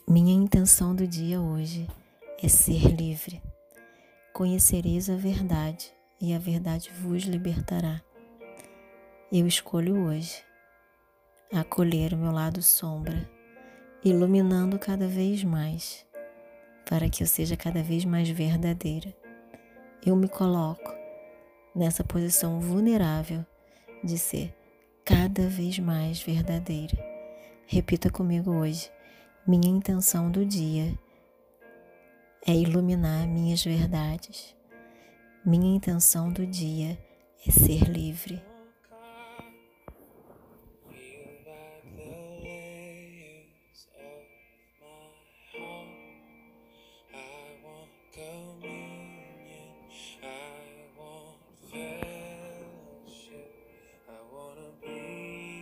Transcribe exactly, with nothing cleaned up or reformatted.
Minha intenção do dia hoje é ser livre. Conhecereis a verdade e a verdade vos libertará. Eu escolho hoje acolher o meu lado sombra, iluminando cada vez mais, para que eu seja cada vez mais verdadeira. Eu me coloco nessa posição vulnerável de ser cada vez mais verdadeira. Repita comigo hoje. Minha intenção do dia é iluminar minhas verdades. Minha intenção do dia é ser livre.